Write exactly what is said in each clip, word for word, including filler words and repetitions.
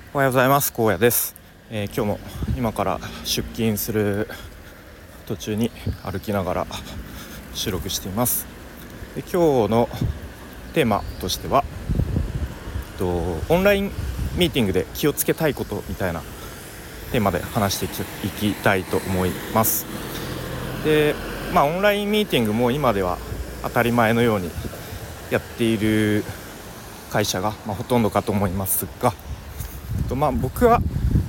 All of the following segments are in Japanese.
おはようございます。高野です。えー、今日も今から出勤する途中に歩きながら収録しています。で今日のテーマとしてはとオンラインミーティングで気をつけたいことみたいなテーマで話していきたいと思います。で、まあ、オンラインミーティングも今では当たり前のようにやっている会社が、まあ、ほとんどかと思いますが、とまあ、僕は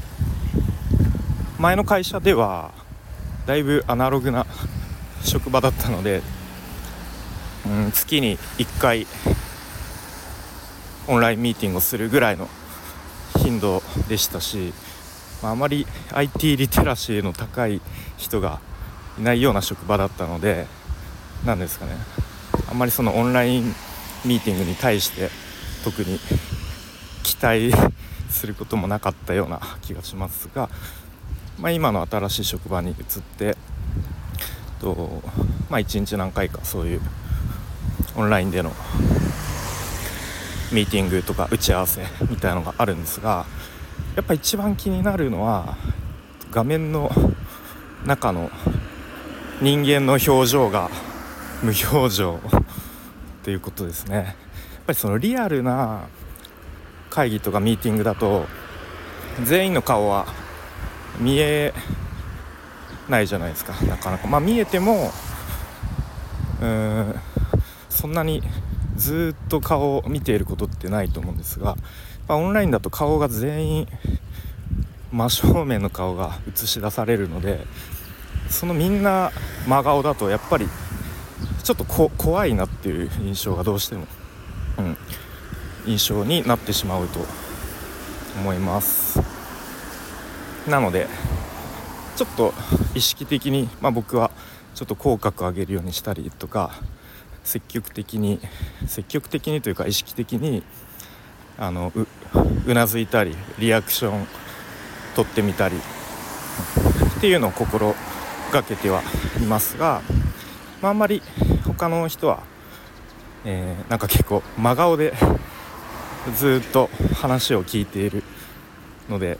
前の会社ではだいぶアナログな職場だったので、うん、月にいっかいオンラインミーティングをするぐらいの頻度でしたし、まあ、あまり アイティー リテラシーの高い人がいないような職場だったので、なんですかね、あんまりそのオンラインミーティングに対して特に期待することもなかったような気がしますが、まあ、今の新しい職場に移ってと、まあ、いちにち何回かそういうオンラインでのミーティングとか打ち合わせみたいなのがあるんですが、やっぱ一番気になるのは画面の中の人間の表情が無表情ということですね。やっぱりそのリアルな会議とかミーティングだと全員の顔は見えないじゃないですか、なかなか。まあ見えてもうーんそんなにずっと顔を見ていることってないと思うんですが、まあ、オンラインだと顔が全員真正面の顔が映し出されるので、そのみんな真顔だとやっぱりちょっとこ怖いなっていう印象がどうしても、うん、印象になってしまうと思います。なのでちょっと意識的に、まあ、僕はちょっと口角上げるようにしたりとか、積極的に積極的にというか意識的にあの う, うなずいたりリアクション取ってみたりっていうのを心がけてはいますが、まあ、あんまり他の人は、えー、なんか結構真顔でずっと話を聞いているので、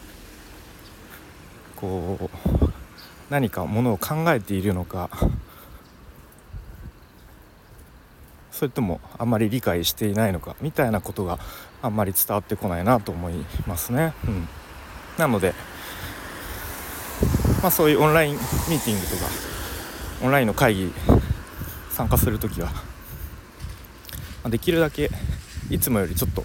こう何かものを考えているのか、それともあんまり理解していないのかみたいなことがあんまり伝わってこないなと思いますね、うん、なので、まあ、そういうオンラインミーティングとかオンラインの会議参加するときは、まあ、できるだけいつもよりちょっと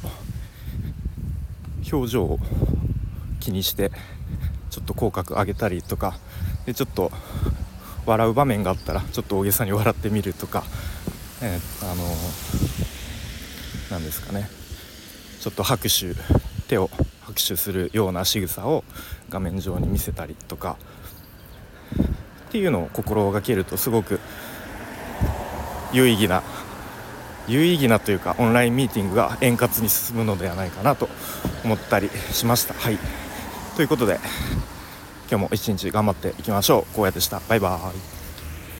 表情を気にしてちょっと口角上げたりとかで、ちょっと笑う場面があったらちょっと大げさに笑ってみるとか、えー、あのー、なんですかね、ちょっと拍手手を拍手するような仕草を画面上に見せたりとかっていうのを心がけるとすごく有意義な有意義なというかオンラインミーティングが円滑に進むのではないかなと思ったりしました。はい、ということで今日も一日頑張っていきましょう。こうやってした。バイバーイ。